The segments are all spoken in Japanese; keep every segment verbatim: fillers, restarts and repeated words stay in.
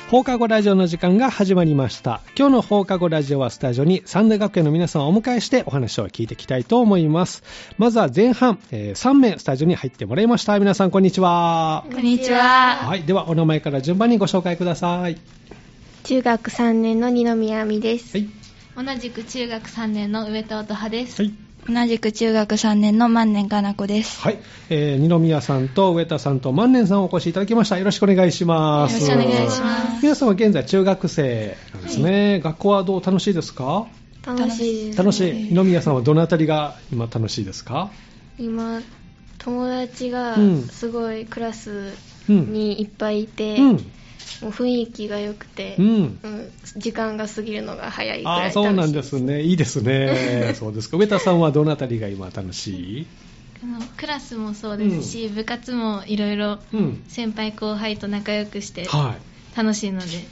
放課後ラジオの時間が始まりました。今日の放課後ラジオはスタジオに三大学園の皆さんをお迎えしてお話を聞いていきたいと思います。まずは前半、えー、さん名スタジオに入ってもらいました。皆さんこんにちは。 こんにちは。 はい、ではお名前から順番にご紹介ください。 中学さんねんの二宮亜美です。 はい。同じく中学さんねんの上田音葉です。 はい。 同じく中学さんねんの万年かな子です。 はい、えー、二宮さんと上田さんと万年さんお越しいただきました。よろしくお願いします。 よろしくお願いします。 皆さんは現在中学生なんですね、はい、学校はどう楽しいですか？ 楽しいです、ね、 楽しい。二宮さんはどのあたりが今楽しいですか？ 今友達がすごいクラスにいっぱいいて、うんうん、もう雰囲気が良くて、うんうん、時間が過ぎるのが早いくらい楽しいです。 あ、そうなんですね。いいですね。そうですか。上田さんはどのあたりが今楽しい？ あのクラスもそうですし、うん、部活もいろいろ先輩後輩と仲良くして楽しいので、はい、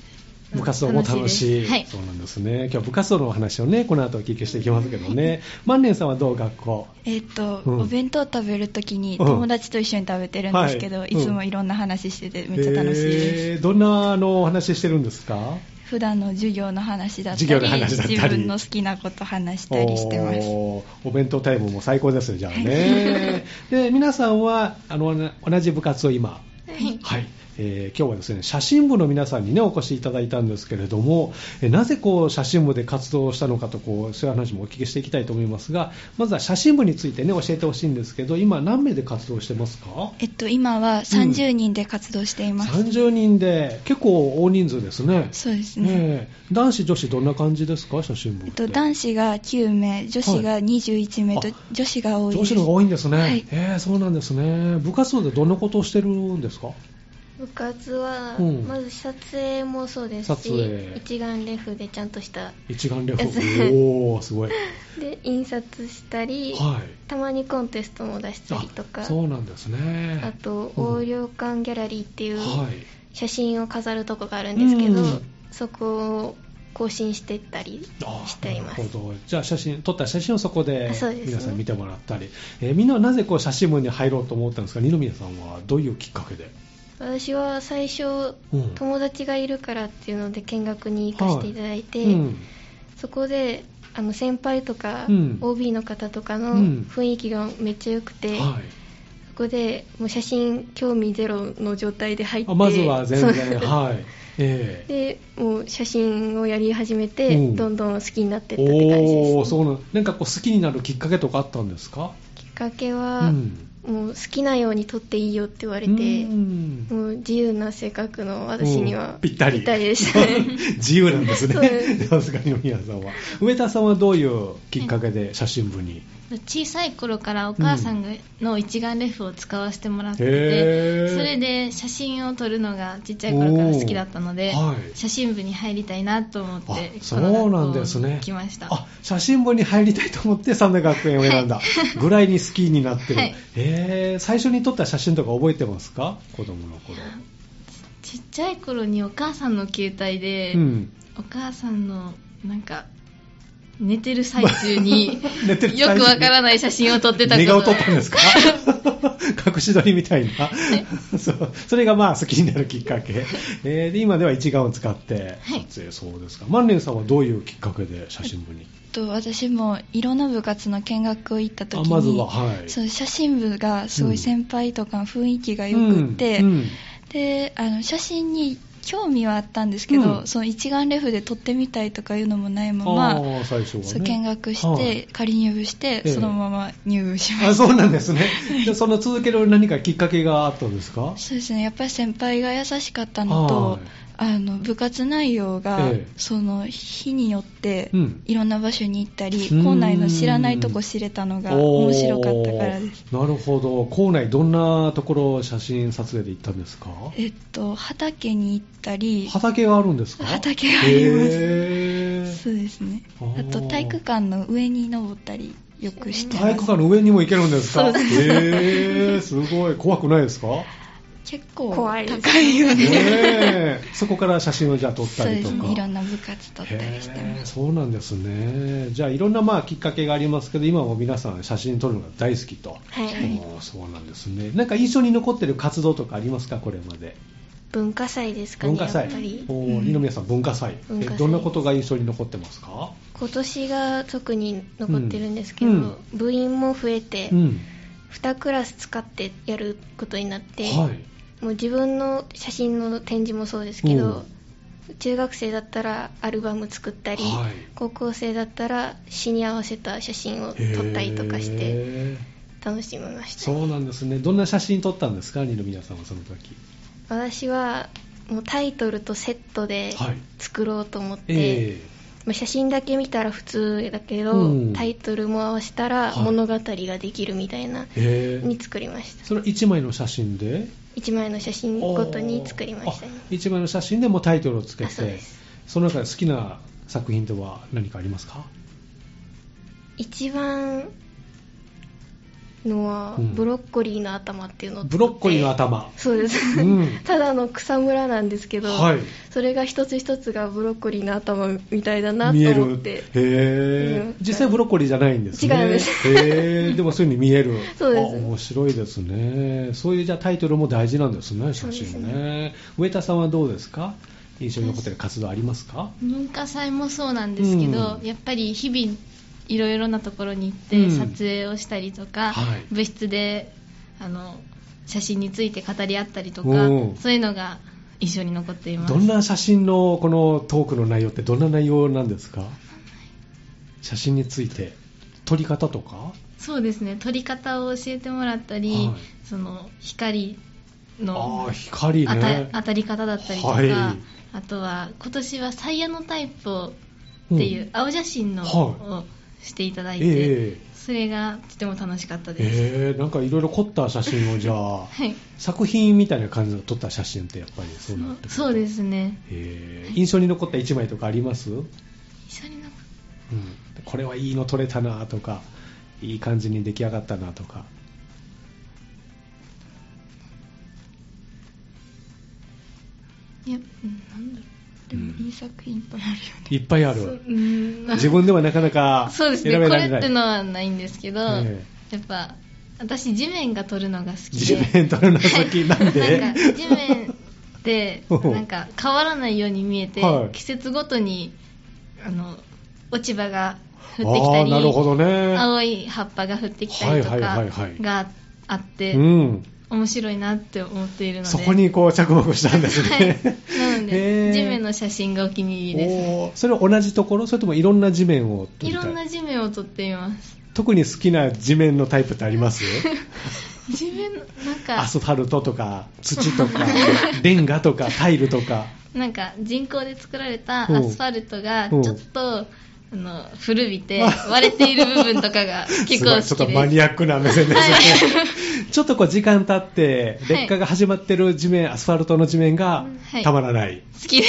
部活動も楽しい、 はい、 そうなんですね。今日は部活動のお話をねこの後お聞きしていきますけどね。万年さんはどう学校？ えっと、うん、お弁当食べるときに友達と一緒に食べてるんですけど、うんはい、いつもいろんな話しててめっちゃ楽しいです。 えー、どんなあのお話してるんですか？ 普段の授業の話だったり、 話だったり自分の好きなこと話したりしてます。 お, お弁当タイムも最高ですね。じゃあねで皆さんはあの同じ部活を今、はい、はいえー、今日はですね写真部の皆さんにねお越しいただいたんですけれども、えなぜこう写真部で活動したのかとこうそういう話もお聞きしていきたいと思いますが、まずは写真部についてね教えてほしいんですけど、今何名で活動してますか？ えっと今はさんじゅうにんで活動しています。 うん、さんじゅうにんで結構大人数ですね。 そうですね。 えー、男子女子どんな感じですか？写真部って。 えっと、男子がきゅう名、女子がにじゅういち名と、はい、女子が多いです。 女子の方が多いんですね。はい、えー、そうなんですね。部活動でどんなことをしてるんですか？ 部活は、うん、まず撮影もそうですし、一眼レフでちゃんとした一眼レフおーすごいで印刷したり、はい、たまにコンテストも出したりとか。 そうなんですね。 あと、うん、横領館ギャラリーっていう写真を飾るとこがあるんですけど、うん、そこを更新していったりしています。なるほど。 じゃあ写真撮った写真をそこで皆さん見てもらったり、ねえー、みんなはなぜこう写真部に入ろうと思ったんですか？二宮さんはどういうきっかけで？ 私は最初、うん、友達がいるからっていうので見学に行かせていただいて、はいうん、そこであの先輩とか、うん、オービー の方とかの雰囲気がめっちゃ良くて、うんはい、そこでもう写真興味ゼロの状態で入って、 まずは全然はいえー、でもう写真をやり始めて、うん、どんどん好きになっていったって感じです、ね、 おーそうなん。なんかこう好きになるきっかけとかあったんですか？ きっかけは、うんもう好きなように撮っていいよって言われて、うんもう自由な性格の私にはぴったりでしたね。 自由なんですね。さすがに宮さんは。上田さんはどういうきっかけで写真部に？ 小さい頃からお母さんの一眼レフを使わせてもらってて、うん、それで写真を撮るのがちっちゃい頃から好きだったので、はい、写真部に入りたいなと思ってこの学校に来ました。 あ、写真部に入りたいと思って三大学園を選んだ、はい、ぐらいに好きになってる、はいえー、最初に撮った写真とか覚えてますか？子供の頃。 ちっちゃい頃にお母さんの携帯で、うん、お母さんのなんか寝てる最中によくわからない写真を撮ってたこと。 寝顔撮ったんですか？隠し撮りみたいなそう。それがまあ好きになるきっかけ、えー、で今では一眼を使って撮影、はい、そうですか。万年さんはどういうきっかけで写真部に？ と私もいろんな部活の見学を行った時に、 あまずは、はい、 そう写真部がすごい先輩とか雰囲気が良くって、うんうん、であの写真に興味はあったんですけど、うん、その一眼レフで撮ってみたいとかいうのもないまま、 最初はね、 そう見学して、はい、仮入部して、ええ、そのまま入部しました。 あ、そうなんですね。でその続ける何かきっかけがあったんですか？ そうですね、やっぱり先輩が優しかったのと、あの部活内容が、ええ、その日によっていろんな場所に行ったり、うん、校内の知らないとこ知れたのが面白かったからです。 なるほど。校内どんなところ写真撮影で行ったんですか？ えっと畑に行ったり。 畑があるんですか？ 畑があります。そうですね。あと体育館の上に登ったりよくしてます。 体育館の上にも行けるんですか？へー、すごい。怖くないですか？ 結構高いよね。 ねそこから写真をじゃあ撮ったりとか。 そうですね、いろんな部活撮ったりしてます。 そうなんですね。じゃあいろんなまあきっかけがありますけど、今も皆さん写真撮るのが大好きと。 はい。 そうなんですね。なんか印象に残ってる活動とかありますか？これまで。 文化祭ですかね。 文化祭、 やっぱり。 お二宮さん文化祭、 文化祭えどんなことが印象に残ってますか？ 今年が特に残ってるんですけど、うん、部員も増えて、うん、にクラス使ってやることになって、はい、もう自分の写真の展示もそうですけど、うん、中学生だったらアルバム作ったり、はい、高校生だったら詩に合わせた写真を撮ったりとかして楽しみました、 ね、そうなんですね。どんな写真撮ったんですか、二宮さんはその時？ 私はもうタイトルとセットで作ろうと思って、はい、えー、写真だけ見たら普通だけど、うん、タイトルも合わせたら物語ができるみたいなに作りました、はい、 それはいちまいの写真でいちまいの写真ごとに作りましたね。 いちまいの写真でもタイトルをつけて、 そうです。 その中で好きな作品とは何かありますか？ 一番のは、うん、ブロッコリーの頭っていうのをブロッコリーの頭、 そうです、うん、ただの草むらなんですけど、はい、それが一つ一つがブロッコリーの頭みたいだなと思って。 見える。へー、うん、実際ブロッコリーじゃないんですね。 違うんです。 へー、でもそういう風に見える。 そうです。 面白いですね。そういうじゃあタイトルも大事なんですね、写真ね。ね、上田さんはどうですか？印象に残っている活動ありますか？ 文化祭もそうなんですけど、うん、やっぱり日々いろいろなところに行って撮影をしたりとか、うん、はい、部室であの写真について語り合ったりとか、そういうのが印象に残っています。 どんな写真のこのトークの内容ってどんな内容なんですか？写真について撮り方とか？ そうですね、撮り方を教えてもらったり、はい、その光のあ光、ね、 当たり方だったりとか、はい、あとは今年はサイヤのタイプをっていう青写真のをしていただいて、えー、それがとても楽しかったです。 えー、なんかいろいろ凝った写真をじゃあ、はい、作品みたいな感じで撮った写真ってやっぱりそうなってくる。 そうですね、 えー、印象に残ったいちまいとかあります？印象に残った、 うん、これはいいの撮れたなとか、いい感じに出来上がったなとか。 いや、なんだろう、でもいい作品いっぱいあるよね。 いっぱいある。うん、自分ではなかなか選べられない。 そうですね、これってのはないんですけど、えー、やっぱ私地面が撮るのが好きで。 地面撮るの好きなんで？ なんか地面ってなんか変わらないように見えて、はい、季節ごとにあの落ち葉が降ってきたり、 なるほどね、 青い葉っぱが降ってきたりとかがあって、 うん、 面白いなって思っているので、 そこにこう着目したんですね。 はい、なので地面の写真がお気に入りです、ね。 それは同じところ、それともいろんな地面を撮りたい？ いろんな地面を撮っています。 特に好きな地面のタイプってあります？ 地面のなんかアスファルトとか土とかレンガとかタイルとか、 なんか人工で作られたアスファルトがちょっとあの古びて割れている部分とかが結構好きです。 ちょっとマニアックな目線ですね。はい、ちょっとこう時間経って劣化が始まってる地面、はい、アスファルトの地面がたまらない、はい、 好きです。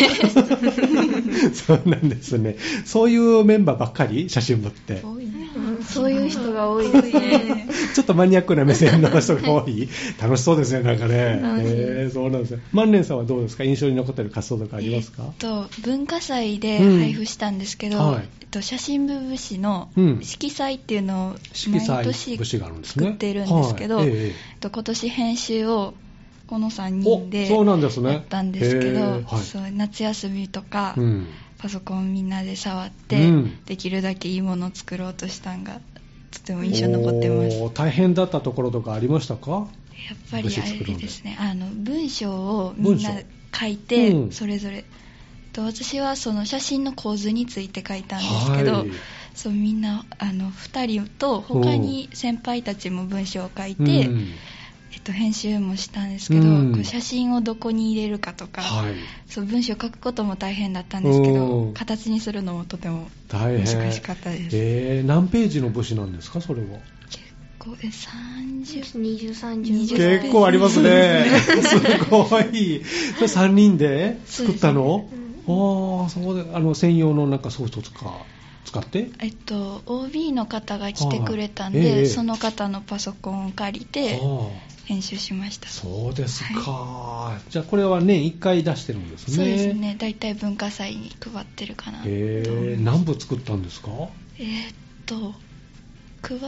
そうなんですね。そういうメンバーばっかり写真部って多いね。そういう人が多いですね。 ちょっとマニアックな目線の人が多い。楽しそうですね、なんかね。えー、そうなんですね。万年さんはどうですか？印象に残っている活動とかありますか？ えっと文化祭で配布したんですけど、うん、はい、えっと、写真部部誌の色彩っていうのを毎年作っているんですけど、はい、えーえっと、今年編集をこのさんにんでやったんですけど、そう、はい、そう、夏休みとか、うん、パソコンみんなで触って、うん、できるだけいいものを作ろうとしたのがとても印象に残ってます。 お、大変だったところとかありましたか？ やっぱりあれですね、あの文章をみんな書いて、うん、それぞれと、私はその写真の構図について書いたんですけど、はい、そう、みんなあのふたりと他に先輩たちも文章を書いて、うん、えっと、編集もしたんですけど、うん、こう写真をどこに入れるかとか、はい、そう、文章を書くことも大変だったんですけど、形にするのもとても難しかったです。 えー、何ページの部誌なんですか、それは？ 結構さんじゅう、にじゅう、さんじゅう結構ありますね。すごい。それさんにんで作ったの？ああ、そうで、あの専用のなんかソフトとか使って、 えっと オービー の方が来てくれたんで、えー、その方のパソコンを借りて編集しました。 そうですか、はい、じゃあこれは年いっかい出してるんですね。 そうですね、だいたい文化祭に配ってるかなと。 えー、何部作ったんですか？ えー、っと配っ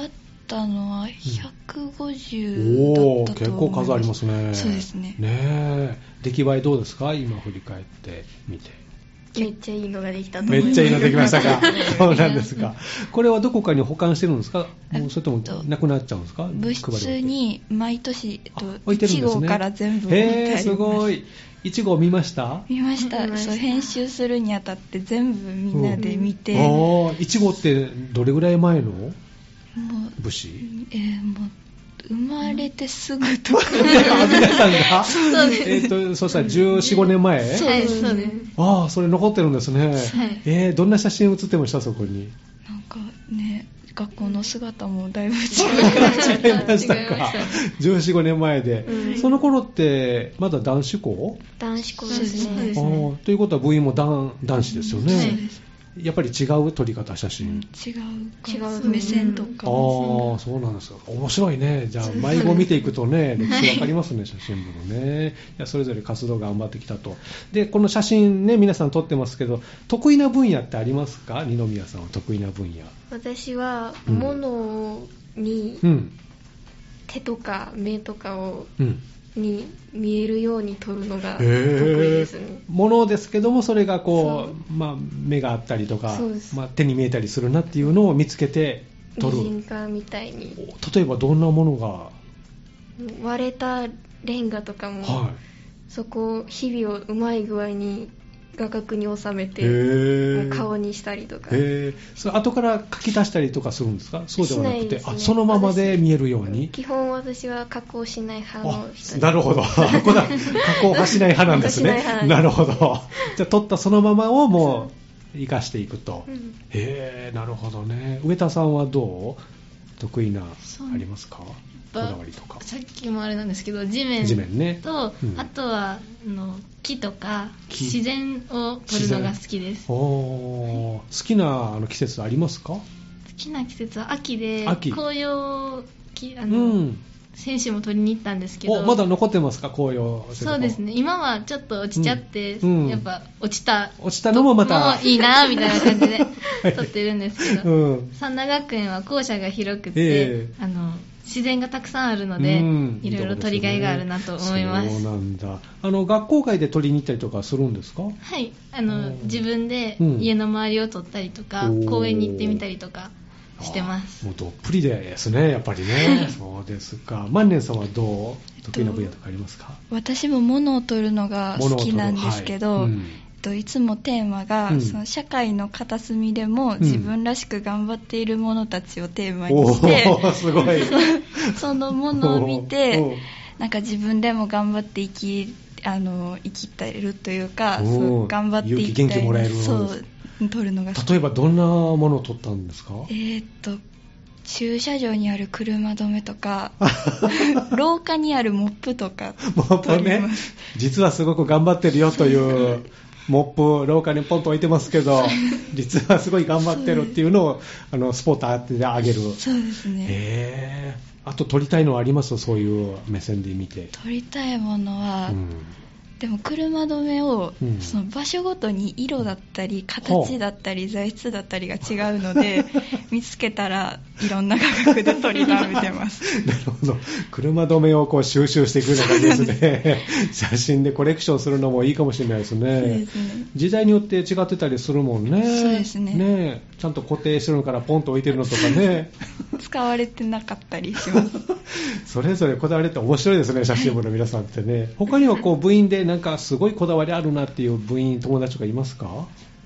ったのはひゃくごじゅうだったと思います。 おー、結構数ありますね。 そうですね。 ねえ、出来栄えどうですか、今振り返ってみて。 めっちゃいいのができたと思います。 めっちゃいいのできましたか。そうなんですか。これはどこかに保管してるんですか、もうそれともなくなっちゃうんですか。 部室に毎年置いてるんですね。 いち号から全部置いてあります。 へー、すごい。いち号見ました？ 見ました。そう、編集するにあたって全部みんなで見て、 うん、あー、いち号ってどれぐらい前の武士？ えー、もう生まれてすぐとか。 あ、皆さんがそうです。 えっと、そうしたらじゅうよん、ごねんまえ？ そうです、そうです。 ああ、それ残ってるんですね。 はい。 えー、どんな写真写ってました、そこに？ なんかね、学校の姿もだいぶ違いましたか。じゅうよん、ごねんまえで、うん。その頃ってまだ男子校？ 男子校ですね。 ああ、ということは部員も 男, 男子ですよね。はい。やっぱり違う撮り方、写真。 違う違う目線とか。 ああ、そうなんですか。面白いね。じゃあ迷子を見ていくとね、歴史わかりますね、写真部のね。いや、それぞれ活動頑張ってきたと。で、この写真ね、皆さん撮ってますけど、得意な分野ってありますか？二宮さんは得意な分野。 私は物に手とか目とかを、うんに見えるように撮るのが得意ですね。 ものですけども、それがこう、まあ、目があったりとか、まあ、手に見えたりするなっていうのを見つけて撮る。 擬人化みたいに。 例えばどんなものが？ 割れたレンガとかも、はい、そこを日々をうまい具合に画角に収めて、もう顔にしたりとか。 へー、それ後から書き足したりとかするんですか？そうではなくて、ね、あ、そのままで見えるように。 基本私は加工しない派の人。 なるほど。加工はしない派なんですね。なるほど。じゃあ撮ったそのままをもう生かしていくと。うん、へー、なるほどね。上田さんはどう？得意なありますか？こだわりとか。 さっきもあれなんですけど、地面と、 地面ね、うん、 あとはあの木とか自然を撮るのが好きです。 お、好きなあの季節ありますか？ 好きな季節は秋で、 秋、 紅葉きあの、うん、先週も撮りに行ったんですけど。 お、まだ残ってますか？紅葉。 そうですね。今はちょっと落ちちゃって、うんうん、やっぱ落ちた落ちたのもまたもいいなみたいな感じで撮ってるんですけど、うん、三田学園は校舎が広くて、えー、あの自然がたくさんあるので、うん、いろいろ撮りがいがあるなと思います。 そうなんだ。あの学校外で撮りに行ったりとかするんですか？ はい、あの自分で家の周りを撮ったりとか、うん、公園に行ってみたりとかしてます。 もうどっぷりですね、やっぱりね。そうですか。万年さんはどう？得意な分野とかありますか？ 私も物を撮るのが好きなんですけど、はい、うん、いつもテーマが、うん、その社会の片隅でも自分らしく頑張っている者たちをテーマにして、 うん、すごいそ, そのものを見てなんか自分でも頑張って生きあの生きてるというか、そう頑張っていきたい、 勇気元気もらえるそう撮るのが好き。 例えばどんなものを撮ったんですか？ えー、っと駐車場にある車止めとか廊下にあるモップとかモップね、実はすごく頑張ってるよというモップ廊下にポンと置いてますけど実はすごい頑張ってるっていうのをあのスポット当ててあげる。 そうですね。 へー、あと撮りたいのはあります？そういう目線で見て撮りたいものは、うん、でも車止めを、うん、その場所ごとに色だったり形だったり材質だったりが違うので見つけたらいろんな画角で撮り並べてますなるほど。車止めをこう収集していくような感じですね写真でコレクションするのもいいかもしれないですね。そうですね。時代によって違ってたりするもんね。 そうですね。 ね、ちゃんと固定してるのからポンと置いてるのとかね使われてなかったりしますそれぞれこだわりって面白いですね、写真部の皆さんってね。他にはこう部員でなんかすごいこだわりあるなっていう部員友達とかいますか？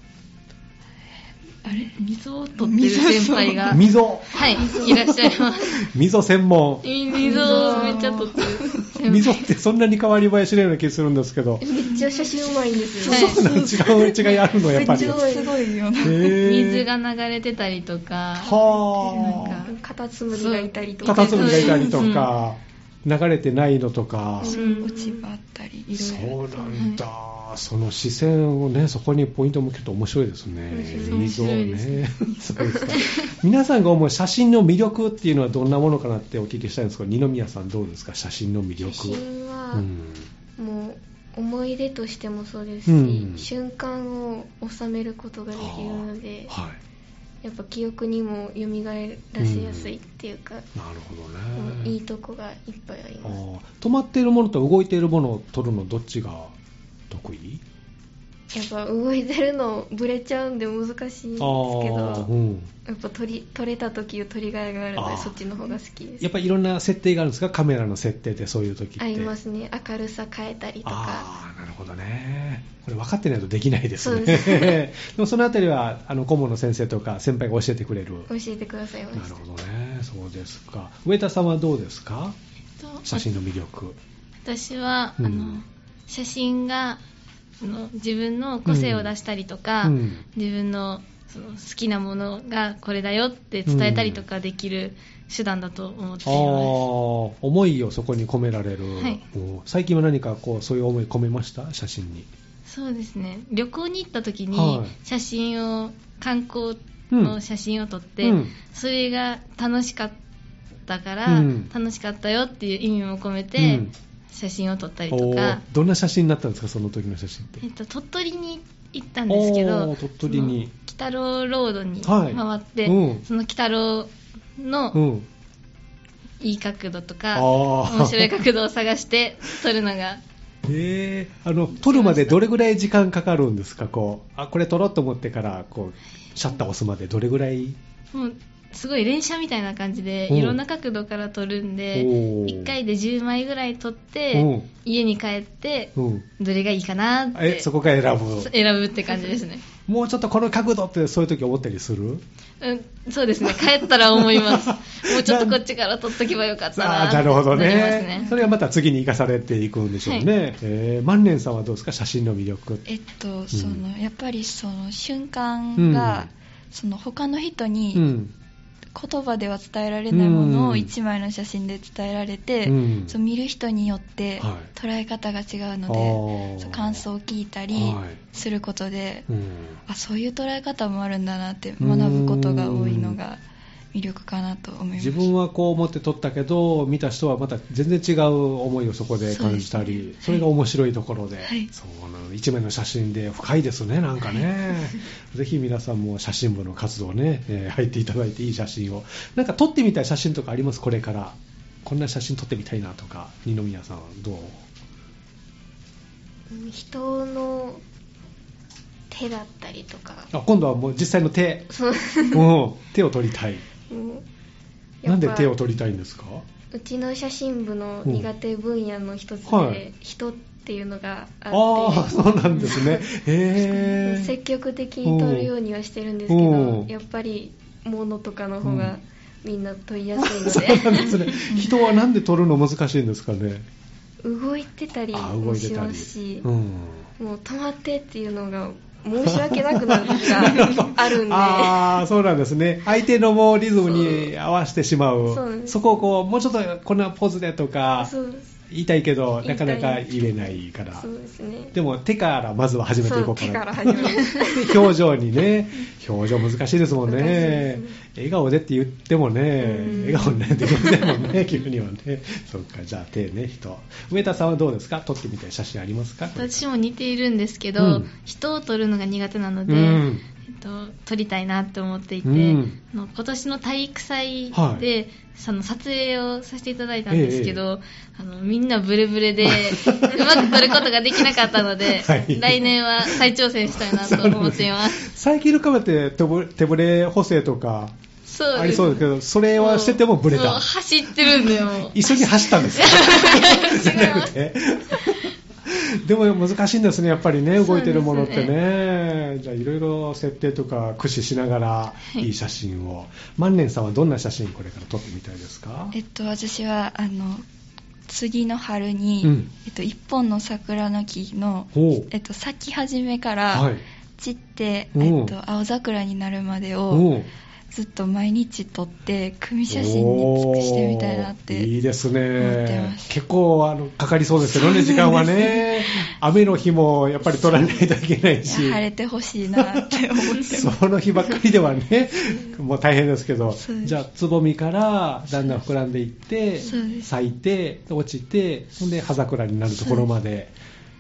あれ、溝を取ってる先輩が溝、 はい、いらっしゃいます溝専門。 溝をめっちゃ取ってる溝ってそんなに変わり映えしないような気がするんですけど、 めっちゃ写真うまいんですよ、 はい、そうなん、違う違いあるのやっぱり。 すごいよね。 水が流れてたりとか、 はなんかカタツムリがいたりとか、 カタツムリがいたりとか、流れてないのとか、 うん、落ち葉あったりいろいろ。 そうなんだ、はい、その視線をね、そこにポイントを向けると面白いですね。溝をねそうですか。皆さんが思う写真の魅力っていうのはどんなものかなってお聞きしたいんですけど、二宮さんどうですか？写真の魅力。 写真は、うん、もう思い出としてもそうですし、うん、瞬間を収めることができるので、 はやっぱ記憶にも蘇らせやすいっていうか、 うん、なるほどね。 いいとこがいっぱいあります。 あ、止まっているものと動いているものを撮るのどっちが得意？ やっぱ動いてるのブレちゃうんで難しいんですけど、うん、やっぱ撮り撮れた時撮りがいがあるのでそっちの方が好きです。 やっぱりいろんな設定があるんですか？カメラの設定でそういう時って。 ありますね。明るさ変えたりとか。 ああ、なるほどね。これ分かってないとできないですね。でもそのあたりはあの顧問の先生とか先輩が教えてくれる？ 教えてくださいました。 なるほどね。そうですか。上田さんはどうですか？えっと、写真の魅力。 私は、うん、あの写真がの自分の個性を出したりとか、うん、自分 の, その好きなものがこれだよって伝えたりとかできる手段だと思っています、うん、あ、 思いをそこに込められる、はい、最近は何かこうそういう思い込めました？写真に。 そうですね、旅行に行った時に写真を、はい、観光の写真を撮って、うん、それが楽しかったから、うん、楽しかったよっていう意味も込めて、うん、写真を撮ったりとか。 どんな写真になったんですか、その時の写真って？ えっと、鳥取に行ったんですけど、 鳥取に北郎ロードに回って、はい、うん、その北郎のいい角度とか、うん、面白い角度を探して撮るのが。 へー、あの撮るまでどれぐらい時間かかるんですか？こう、あ、これ撮ろうと思ってからこうシャッター押すまでどれぐらい？ もうすごい連写みたいな感じでいろんな角度から撮るんで、いっかいでじゅうまいぐらい撮って家に帰ってどれがいいかなって、 え、そこから選ぶ選ぶって感じですね。 もうちょっとこの角度ってそういう時思ったりする？ うん、そうですね、帰ったら思います。もうちょっとこっちから撮っとけばよかったなってなりますね。なるほどね。 それがまた次に生かされていくんでしょうね、はい。えー、万年さんはどうですか、写真の魅力？ えっと、その、うん、やっぱりその瞬間が、うん、その他の人に、うん、言葉では伝えられないものをいちまいの写真で伝えられて、うん、そう見る人によって捉え方が違うので、はい、そう感想を聞いたりすることで、はい、あ、そういう捉え方もあるんだなって学ぶことが多いのが魅力かなと思います。 自分はこう思って撮ったけど見た人はまた全然違う思いをそこで感じたり、 そ, それが面白いところで、はい、そうなの、一枚の写真で深いですね、なんかね、はい、ぜひ皆さんも写真部の活動ね、えー、入っていただいていい写真をなんか撮ってみたい写真とかあります？これからこんな写真撮ってみたいなとか。二宮さんはどう？ 人の手だったりとか。 あ、今度はもう実際の手うん、手を撮りたい。なんで手を撮りたいんですか？ うちの写真部の苦手分野の一つで、はい、人っていうのがあって。 ああ、そうなんですね。へー。 積極的に撮るようにはしてるんですけど、やっぱり物とかの方がみんな撮りやすいので、 そうなんですね。人はなんで撮るの難しいんですかね？ 動いてたりもしますし、うん、もう止まってっていうのが申し訳なくなる時があるんで。 ああ、そうなんですね。相手のもうリズムに合わせてしまう。そう。そこをこうもうちょっとこんなポーズでとか言いたいけどなかなか言えないから。 そうですね。 でも手からまずは始めていこうかな。 手から始める。 で表情にね、表情難しいですもんね。ね、笑顔でって言ってもね、笑顔にねできませんもんね、君にはね。そっか、じゃあ手ね、人。上田さんはどうですか？撮ってみたい写真ありますか？ 私も似ているんですけど、うん、人を撮るのが苦手なので、うん、えっと、撮りたいなって思っていて、うん、の今年の体育祭で、はい、その撮影をさせていただいたんですけど、ええ、あのみんなブレブレでうまく撮ることができなかったので、はい、来年は再挑戦したいなと思っています。 最近のカメラって手ブレ補正とかありそうですけど、それはしててもブレた。そう、 走ってるんだよ。 一緒に走ったんですか？じゃなくて。でも難しいんですね、やっぱりね、動いてるものってね。じゃあいろいろ設定とか駆使しながらいい写真を、はい、万年さんはどんな写真これから撮ってみたいですか？ えっと私はあの次の春に、うん、えっと、一本の桜の木の、えっと、咲き始めから散って、はい、えっと、青桜になるまでをずっと毎日撮って組写真に尽くしてみたいなっていいですね。結構あのかかりそうですけどね、時間はね。雨の日もやっぱり撮らないといけないし、 晴れてほしいなって思ってます。 その日ばっかりではねもう大変ですけど、じゃあつぼみからだんだん膨らんでいって咲いて落ちて、ほんで葉桜になるところまで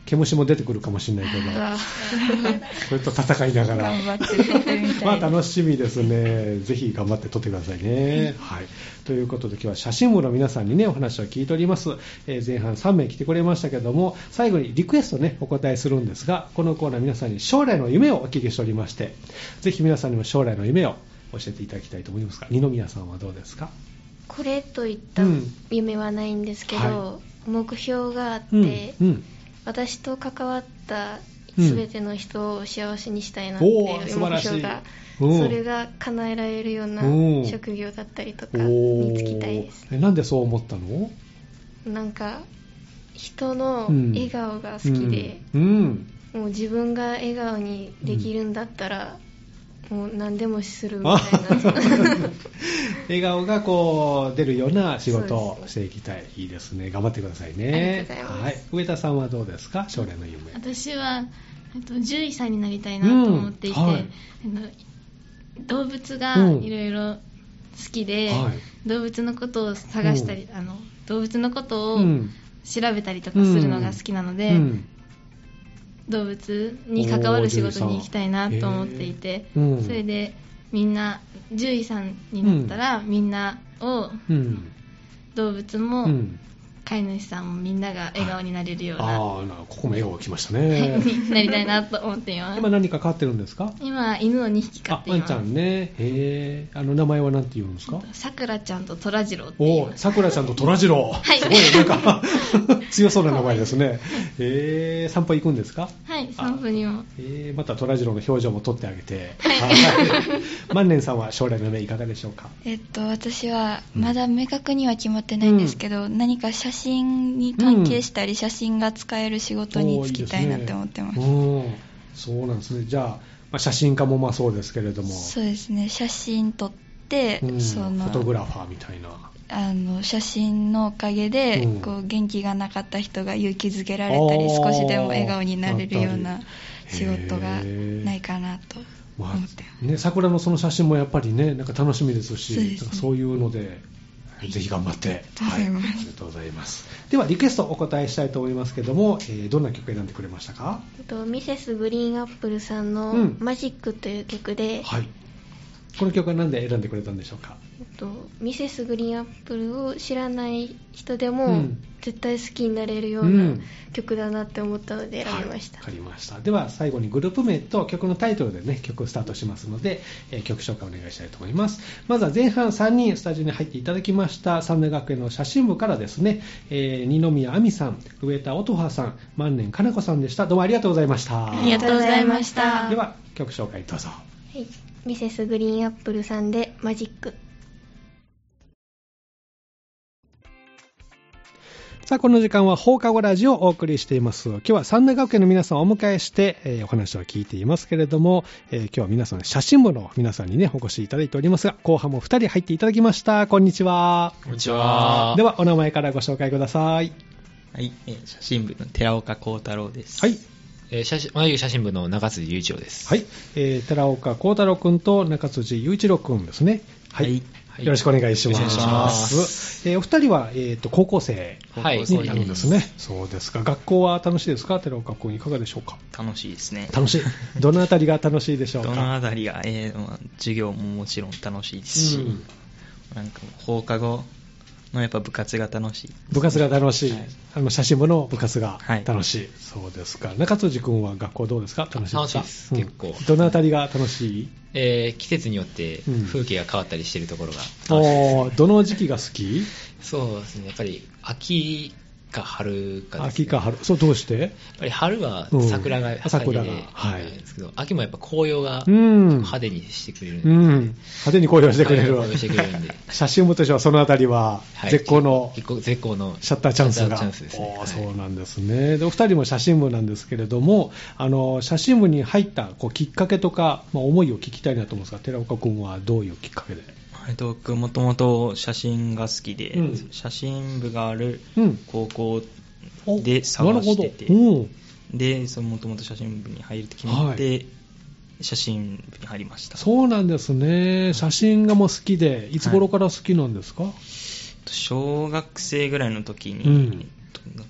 毛虫も出てくるかもしれないけどそれと戦いながら頑張って撮ってみたいまあ楽しみですね。ぜひ頑張って撮ってくださいね、はい、ということで今日は写真部の皆さんにねお話を聞いております、えー、前半さん名来てくれましたけども、最後にリクエストねお答えするんですが、このコーナー皆さんに将来の夢をお聞きしておりまして、ぜひ皆さんにも将来の夢を教えていただきたいと思いますが、二宮さんはどうですか？ これといった夢はないんですけど、うんはい、目標があって、うんうん、私と関わった全ての人を幸せにしたいなっていう目標が、うん、それが叶えられるような職業だったりとかに就きたいです。 え、なんでそう思ったの？ なんか人の笑顔が好きで、うんうんうん、もう自分が笑顔にできるんだったら、うん、もう何でもするみたいな笑顔がこう出るような仕事をしていきたい。いいですね。頑張ってくださいね。 ありがとうございます。 はい、上田さんはどうですか？将来の夢。 私は、えっと、獣医さんになりたいなと思っていて、うんはい、動物がいろいろ好きで、うんはい、動物のことを探したり、うん、あの動物のことを調べたりとかするのが好きなので、うんうん、動物に関わる仕事に行きたいなと思っていて、うん、それでみんな獣医さんになったら、うん、みんなを、うん、動物も、うん、飼い主さんもみんなが笑顔になれるような、 ああ、ここも笑顔が来ましたねなりたいなと思っています。 今何か飼ってるんですか？ 今犬をにひき飼っています。 あ、ワンちゃんね。へー、あの名前は何て言うんですか？ さくらちゃんとトラジローって言います。 お、さくらちゃんとトラジロー、はい、すごいなんか強そうな名前ですね。えー、散歩行くんですか？ はい、散歩にも。 えー、またトラジローの表情も撮ってあげて、はい、万年さんは将来の夢いかがでしょうか？ えっと私はまだ明確には決まってないんですけど、うん、何か写真に関係したり、うん、写真が使える仕事に就きたいなって思ってます。 いいですね。うん、そうなんですね。じゃあ、まあ、写真家もまあそうですけれども、 そうですね、写真撮って、 うん、 そのフォトグラファーみたいな、 あの写真のおかげで、うん、こう元気がなかった人が勇気づけられたり、少しでも笑顔になれるような仕事がないかなと思ってます。 まあね、桜のその写真もやっぱりね、なんか楽しみですし、そうですね、そういうのでぜひ頑張って、はい、ありがとうございます。ではリクエストお答えしたいと思いますけども、えー、どんな曲選んでくれましたか？ とミセスグリーンアップルさんのマジックという曲で、うん、はい、 この曲は何で選んでくれたんでしょうか？ とミセスグリーンアップルを知らない人でも、うん、絶対好きになれるような曲だなって思ったので選びました。 わ、うん、はい、かりました。では最後にグループ名と曲のタイトルでね、曲スタートしますので、えー、曲紹介お願いしたいと思います。まずは前半さんにんスタジオに入っていただきました三大学園の写真部からですね、えー、二宮亜美さん、上田音羽さん、万年かな子さんでした。どうもありがとうございました。 ありがとうございました。 では曲紹介どうぞ。はい、ミセスグリーンアップルさんでマジック。 さあ、この時間は放課後ラジオをお送りしています。今日は三大学園の皆さんをお迎えして、えー、お話を聞いていますけれども、えー、今日は皆さん写真部の皆さんにねお越しいただいておりますが、後半もふたり入っていただきました。こんにちは。 こんにちは。 ではお名前からご紹介ください。 はい、えー、写真部の寺岡幸太郎です。 はい、 えー、写真眉毛写真部の中辻雄一郎です。 はい、えー、寺岡幸太郎くんと中辻雄一郎くんですね。はい、はいはい、よろしくお願いします。お願いします。えー、お二人は、えー、と高校生になるんですね。はい、そうですか。学校は楽しいですか？寺岡君いかがでしょうか？ 楽しいですね。 楽しい。どのあたりが楽しいでしょうか？ どのあたりが、えーまあ、授業ももちろん楽しいですし、うん、なんか放課後のやっぱ部活が楽しい。 部活が楽しい。はい、あの写真部の部活が楽しい。はい、そうですか。中辻君は学校どうですか？楽しいですか？ 楽しいです。うん、結構。 どのあたりが楽しい？ えー、季節によって風景が変わったりしているところが、 うん、どの時期が好き？ そうですね、やっぱり秋か春かですね。 秋か春。そう、どうして？ やっぱり春は桜が咲いて、うん、はい、ですけど、秋もやっぱ紅葉が派手にしてくれるんで、うん、 派手に紅葉してくれる。 紅葉してくれるんで写真部としてはそのあたりは絶好の、 はい、絶好のシャッターチャンスが。 シャッターチャンスですね。 お、そうなんですね。でお二人も写真部なんですけれども、あの写真部に入ったこうきっかけとか、まあ、思いを聞きたいなと思うんですが、寺岡君はどういうきっかけで？ 僕もともと写真が好きで、うん、写真部がある高校で探してて、うん、でもともと写真部に入ると決めて、はい、写真部に入りました。 そうなんですね。写真がもう好きで、いつ頃から好きなんですか？はい、 小学生ぐらいの時に、うん、なんか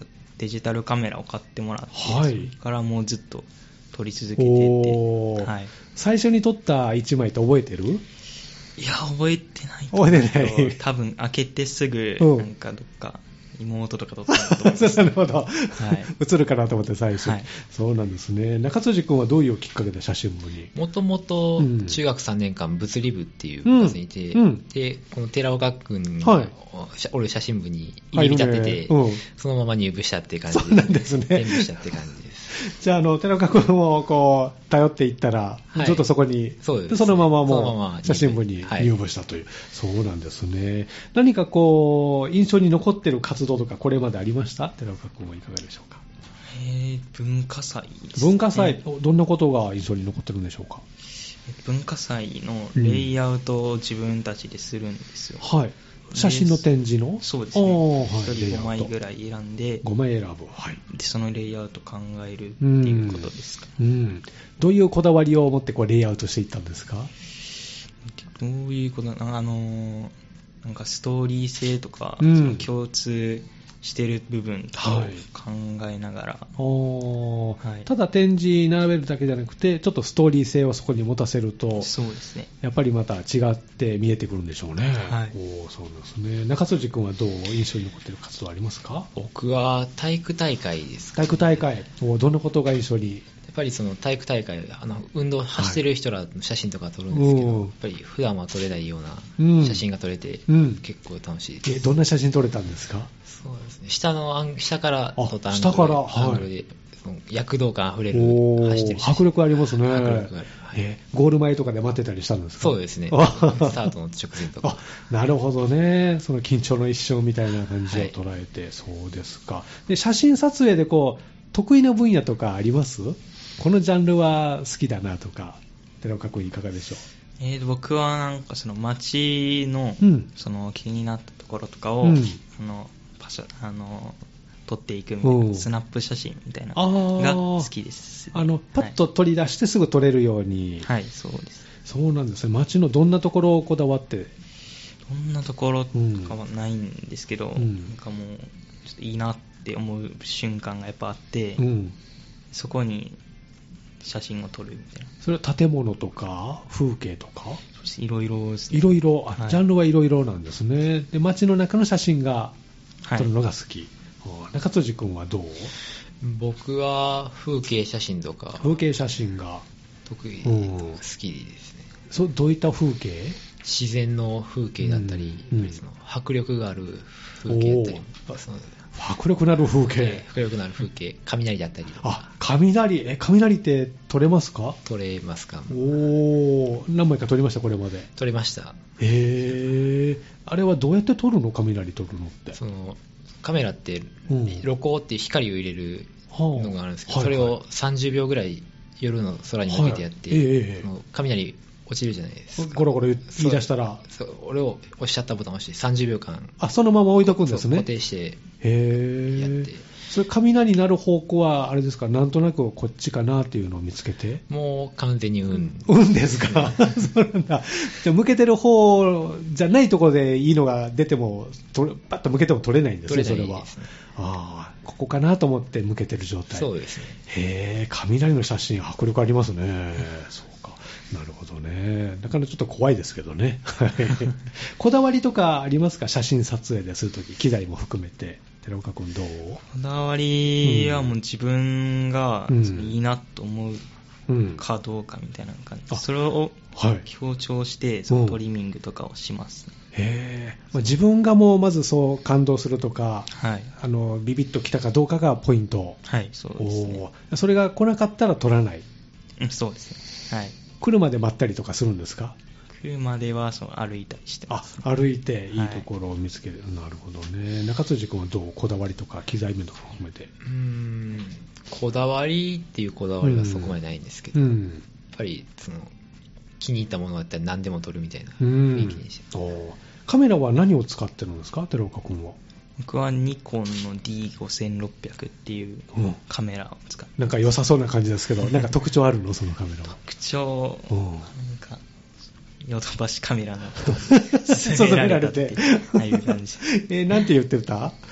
デジタルカメラを買ってもらって、 はい、 それからもうずっと撮り続けてて、はい、 最初に撮ったいちまいって覚えてる？ いや覚えてない覚えてない。 多分開けてすぐなんかどっか妹とか撮ったんだと思います。 なるほど、はい、映るかなと思って最初、 はい、 そうなんですね。中辻君はどういうきっかけで写真部に？ もともと中学さんねんかん物理部っていう部活にいて、うんうん、でこの寺岡君が、はい、俺写真部に入り浸ってて、はいねうん、そのまま入部したっていう感じで、 そうなんですね。 転部したって感じです。 じゃあ、あの寺岡君をこう頼っていったら、はい、ずっとそこに そ, でそのままもう写真部に入部したという、はい、そうなんですね。何かこう印象に残っている活動とかこれまでありました？寺岡君はいかがでしょうか？ えー、文化祭ですね。 文化祭、どんなことが印象に残ってるんでしょうか？ 文化祭のレイアウトを自分たちでするんですよ、 うん、はい。写真の展示の？そうですね。 ひとりごまいぐらい選んで、 ごまい選ぶ、はい、 でそのレイアウト考えるっていうことですか、 うんうん、どういうこだわりを持ってこうレイアウトしていったんですか？ どういうことな、あのなんかストーリー性とか、うん、その共通してる部分とかを考えながら、 はいはい、ただ展示並べるだけじゃなくてちょっとストーリー性をそこに持たせると、 そうですね、 やっぱりまた違って見えてくるんでしょうね、 はい、 おそうですね。中辻君はどう印象に残っている活動ありますか？ 僕は体育大会ですか、 ね、体育大会、おどんなことが印象に？ やっぱりその体育大会、あの運動走ってる人らの写真とか撮るんですけど、はい、やっぱり普段は撮れないような写真が撮れて、うん、結構楽しいです。 えどんな写真撮れたんですか？ そうですね、下のアン下から撮ったアングル、 下から、はい、 アングルでその躍動感あふれる走ってる写真、迫力ありますね。 迫力ある、はい、 えゴール前とかで待ってたりしたんですか？ そうですね、スタートの直前とか。 あ、なるほどね。その緊張の一瞬みたいな感じを捉えて、はい、そうですか。で写真撮影でこう得意な分野とかあります？このジャンルは好きだなとか、寺岡君いかがでしょう？ えー、僕はなんかその街の、うん、その気になったところとかを、うん、あのパシャあの撮っていくみたいな、スナップ写真みたいなのが好きです、ね、 あのパッと取り出してすぐ撮れるように、 はい、はい、そうです。 そうなんですね。街のどんなところをこだわって？ どんなところとかはないんですけど、うん、なんかもうちょっといいなって思う瞬間がやっぱあって、うん、そこに写真を撮るみたいな。 それは建物とか風景とかいろいろですね。 いろいろ、あ、はい、ジャンルはいろいろなんですね。で街の中の写真が撮るのが好き、はい、中辻君はどう？ 僕は風景写真とか風景写真が得意、好きですね。 そどういった風景？ 自然の風景だったり、うんうん、その迫力がある風景だったり、 迫力のある風景、 迫力のある風景、雷だったりとか。 あ、雷、え、雷って撮れますか？ 撮れますか？ おー、何枚か撮りましたこれまで？ 撮れました。 へー、あれはどうやって撮るの？雷撮るのって。 そのカメラって露光っていう光を入れるのがあるんですけど、うん、それをさんじゅうびょうぐらい夜の空に向けてやって、はい、えー、その雷落ちるじゃないですか。 ゴロゴロ言い出したら、 そうそう、俺を押しちゃったボタンを押してさんじゅうびょうかん、 あ、そのまま置いとくんですね。 固定してやって。 へー、それ雷になる方向はあれですか、なんとなくこっちかなっていうのを見つけて？ もう完全に運。 運ですか？そうなんだ。じゃあ向けてる方じゃないところでいいのが出ても、パッと向けても取れないんですね、それは。ああ、ここかなと思って向けてる状態。 そうですね。 へー、雷の写真迫力ありますね。そうか。なるほどね。なかなかちょっと怖いですけどね。こだわりとかありますか？写真撮影でするとき、機材も含めて。寺岡君どう？ こだわりはもう自分がいいなと思うかどうかみたいな感じ、うん、それを強調してそのトリミングとかをします、ね、 うん、へー、まあ、自分がもうまずそう感動するとか、 はい、 あのビビッときたかどうかがポイント。 はい、そうですね。 おそれが来なかったら撮らない。 うん、そうですね。はい。 来るまで待ったりとかするんですか？ 来るまではそう歩いたりしてます、ね、 あ、歩いていいところを見つける、はい、なるほどね。中辻君はどう？こだわりとか機材面とか含めて。 うーん、こだわりっていうこだわりはそこまでないんですけど、うん、やっぱりその気に入ったものだったら何でも撮るみたいな雰囲気にしてます。 うん、カメラは何を使ってるんですか？寺岡君は。 僕はニコンの ディーごせんろっぴゃく っていうカメラを使って、 うん、なんか良さそうな感じですけど、なんか特徴あるの？そのカメラは。 特徴、うん、なんかヨドバシカメラの勧められたってああいう感じ。 えー、なんて言ってた？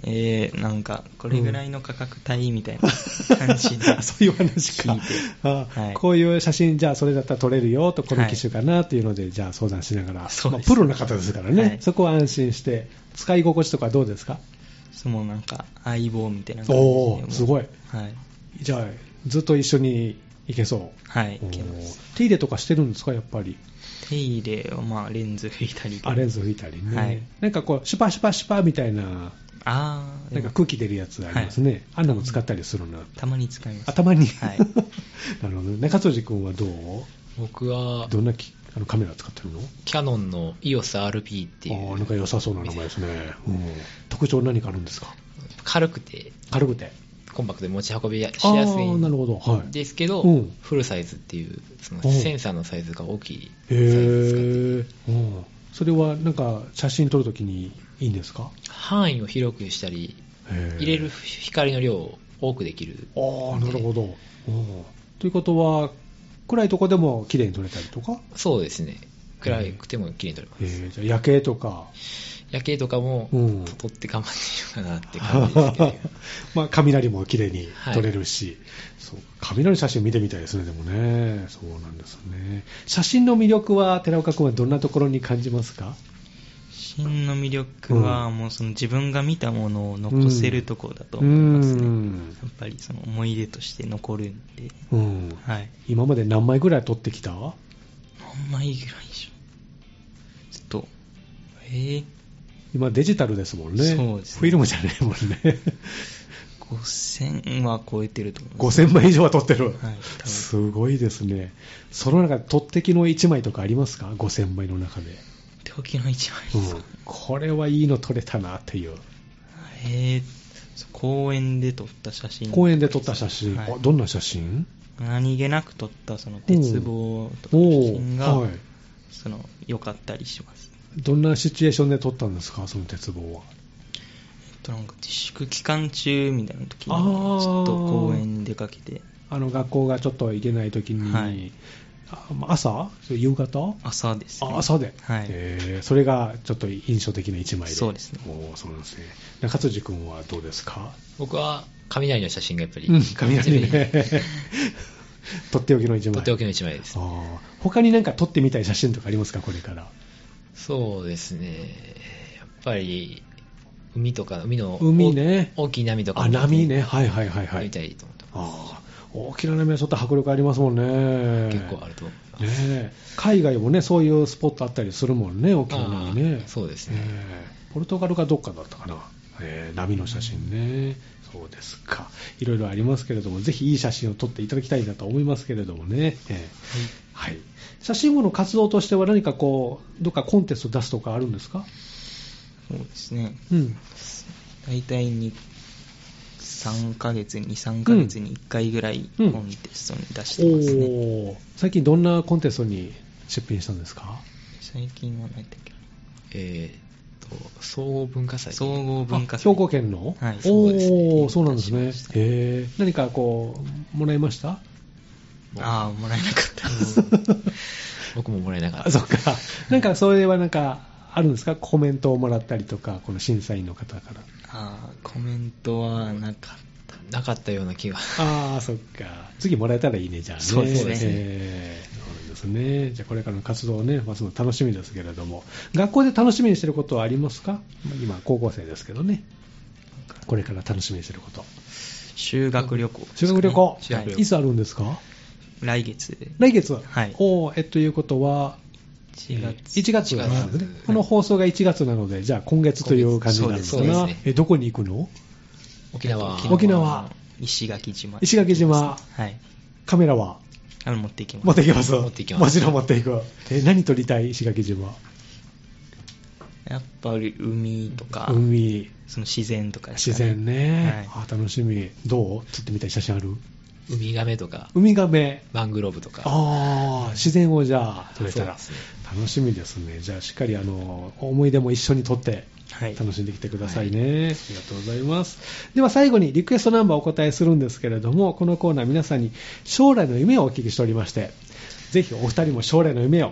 えー、なんかこれぐらいの価格帯みたいな感じで、うん、 そういう話か。あ、はい、こういう写真じゃあそれだったら撮れるよと、この機種かなっていうので、はい、じゃあ相談しながら、まあ、プロの方ですからね、はい、そこは安心して使い心地とかどうですか？ そのなんか相棒みたいな感じで。 おー、すごい、 はい、 じゃあずっと一緒に行けそう？ はい行けます。 手入れとかしてるんですか？やっぱり手入れを、まあ、レンズ拭いたり。 あ、レンズ拭いたりね、 はい、なんかこうシュパシュパシュパみたいな、あ、なんか空気出るやつありますね、はい、あんなの使ったりするな。 たまに使います。 あ、たまに、 はい、 なるほどね。中辻君はどう？ 僕はどんなきあのカメラ使ってるの？ キヤノンの イーオーエスアールピー っていう。 あ、なんか良さそうな名前ですね、うん、特徴何かあるんですか？ 軽くて軽くてコンパクトで持ち運びしやすいんですけど、 うん、 フルサイズっていうそのセンサーのサイズが大きいサイズを使っている。 へー、それはなんか写真撮るときにいいんですか？ 範囲を広くしたり入れる光の量を多くできる。 ああ、なるほど。ということは暗いとこでも綺麗に撮れたりとか？ そうですね、暗くても綺麗に撮れます。 えー、じゃあ夜景とか夜景とかも撮って頑張っているかなって感じですけど、ね、 まあ雷も綺麗に撮れるし、はい、そう、雷写真見てみたいですね。でもね、そうなんですね。写真の魅力は寺岡君はどんなところに感じますか？ 写真の魅力は、もうその自分が見たものを残せるところだと思いますね、うん、やっぱりその思い出として残るんで、 うん、 はい、 今まで何枚ぐらい撮ってきた？ 何枚ぐらいでしょう。ちょっとえー今デジタルですもんね。 そうですね。 フィルムじゃないもんね。 ごせんは超えてると思います。 ごせんまい以上は撮ってる。 はい、 すごいですね。その中でとってきのいちまいとかありますか？ごせんまいの中で。 とってきのいちまいですか、うん、 これはいいの撮れたなっていう。 えー、公園で撮った写真。 公園で撮った写真。はい、どんな写真？ 何気なく撮ったその鉄棒とか写真が、はい、その良かったりします。 どんなシチュエーションで撮ったんですか、その鉄棒は？ えっとなんか自粛期間中みたいな時にちょっと公園に出かけて、 あの学校がちょっと行けない時に、はい、朝？夕方？ 朝ですね。 あ、朝で、 はい、 えー、それがちょっと印象的な一枚で。 そうですね。 お、そうなんですね。中辻君はどうですか？ 僕は雷の写真がやっぱり、 うん、雷ねとっておきの一枚。 とっておきの一枚です。 あ、他になんか撮ってみたい写真とかありますか、これから？ そうですね、やっぱり海とか海の海、ね、 大きい波とか、 あ、波ね、はいはいはいはい、 見たいと思ってます。 あ、大きな波はちょっと迫力ありますもんね。 結構あると思います、 ね、海外もねそういうスポットあったりするもんね、大きな波ね。 そうですね、 えー、ポルトガルかどっかだったかな、えー、波の写真ね。そうですか、いろいろありますけれども、ぜひいい写真を撮っていただきたいなと思いますけれどもね、えーはいはい、写真部の活動としては何かこうどっかコンテスト出すとかあるんですか？ そうですね、 うん、 大体にさんかげつにさんかげつにいっかいぐらいコンテストに出してますね、 うんうん、最近どんなコンテストに出品したんですか？ 最近は何だっけ、 えー総合文化祭。 総合文化祭。 兵庫県の？ はい。 そうですね。おー、そうなんですね。へー。何かこうもらいました？ ああ、もらえなかった。 僕ももらえなかった。 あ、そっか。なんかそれはなんかあるんですか？コメントをもらったりとか、この審査員の方から。 ああ、コメントはなかった。 なかったような気が。 ああ、そっか。次もらえたらいいね、じゃあね。 そうですね。 えー、そうですね。じゃあこれからの活動をね、ますの楽しみですけれども、学校で楽しみにしてることはありますか？今高校生ですけどね。これから楽しみにしてること。 修学旅行、ね。 修学旅行。 修学旅行。 いつあるんですか？ 来月。 来月。 はい。 おー、えということは。 いちがつ。 いちがつなんですね。この放送がいちがつなので、じゃあ今月という感じになるのかな。ね、え、どこに行くの？ 沖縄。 沖縄。 石垣島。 石垣島。 はい。 カメラは？ あの持っていきます。 持っていきます。 持っていきます。 もちろん持っていく。え、何撮りたい？石垣島。 やっぱり海とか。 海。 その自然とか、ね。 自然ね。はい、あ、楽しみ。どう？撮ってみたい写真ある？ ウミガメとか。 ウミガメ。 マングローブとか。 ああ、自然をじゃあ撮れたら。 そうですね。 楽しみですね。じゃあしっかりあの思い出も一緒に撮って楽しんできてくださいね、はい、ありがとうございます。では最後にリクエストナンバーをお答えするんですけれども、このコーナー皆さんに将来の夢をお聞きしておりまして、ぜひお二人も将来の夢を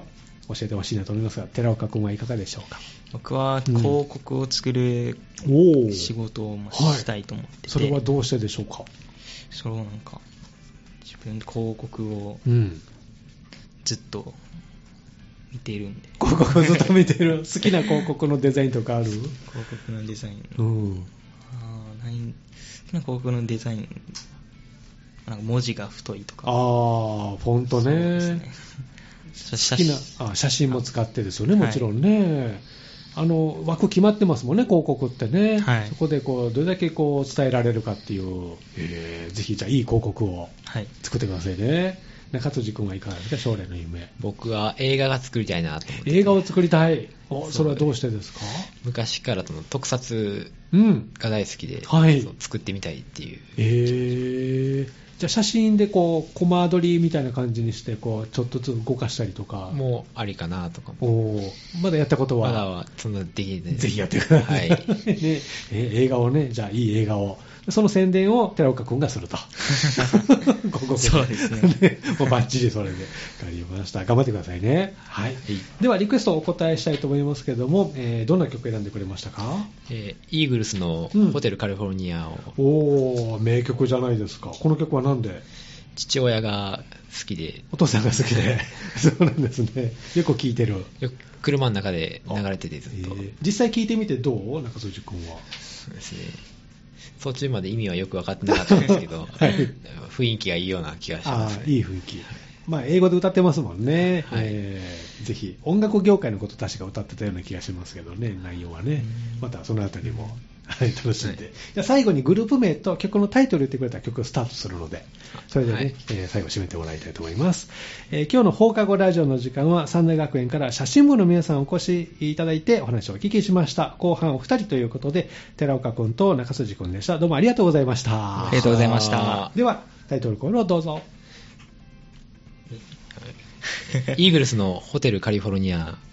教えてほしいなと思いますが、寺岡君はいかがでしょうか。 僕は広告を作る仕事をしたいと思ってて、はい、 それはどうしてでしょうか。 そうなんか自分で広告をずっと見ているんで、 うん、広告をずっと見てる好きな広告のデザインとかある。 広告のデザイン、 うん、 あない好きな広告のデザイン、なんか文字が太いとか、 あーフォントね、好きなあ写真も使ってですよね、もちろんね、はい、あの枠決まってますもんね、広告ってね、はい、そこでこうどれだけこう伝えられるかっていう、えー、ぜひじゃあいい広告を作ってくださいね、はい、中辻君はいかがですか、将来の夢。 僕は映画が作りたいなと思って。 映画を作りたい。お、それはどうしてですか。 昔からその特撮が大好きで、うんはい、作ってみたいっていう。 えーじゃあ写真でこうコマ撮りみたいな感じにしてこうちょっとずつ動かしたりとかもうありかなとかも。 おまだやったことは。 まだはそんなできない。 ぜひやってください、はいね、え映画をね、じゃあいい映画を、その宣伝を寺岡君がするとここそうですねもうバッチリそれで分かりました。頑張ってくださいね、はい、はい、ではリクエストをお答えしたいと思いますけれども、えー、どんな曲選んでくれましたか。 えー、イーグルスのホテルカリフォルニアを、 うん、おー名曲じゃないですか。この曲はなんで。 父親が好きで。 お父さんが好きでそうなんですね。よく聴いてる。 よく車の中で流れててずっと、えー、 実際聴いてみてどう中辻君は。 そうですね、途中まで意味はよく分かってなかったんですけど、はい、雰囲気がいいような気がします、ね、 あいい雰囲気、まあ、英語で歌ってますもんね、はいえー、ぜひ音楽業界のこと確か歌ってたような気がしますけどね、内容はね、またそのあたりも楽しんで、はい、じゃあ最後にグループ名と曲のタイトル言ってくれたら曲をスタートするので、それでね、はいえー、最後締めてもらいたいと思います、えー、今日の放課後ラジオの時間は三大学園から写真部の皆さんお越しいただいてお話をお聞きしました。後半お二人ということで寺岡君と中辻君でした。どうもありがとうございました。 ありがとうございました。 ではタイトルコールをどうぞ。 イーグルスのホテルカリフォルニア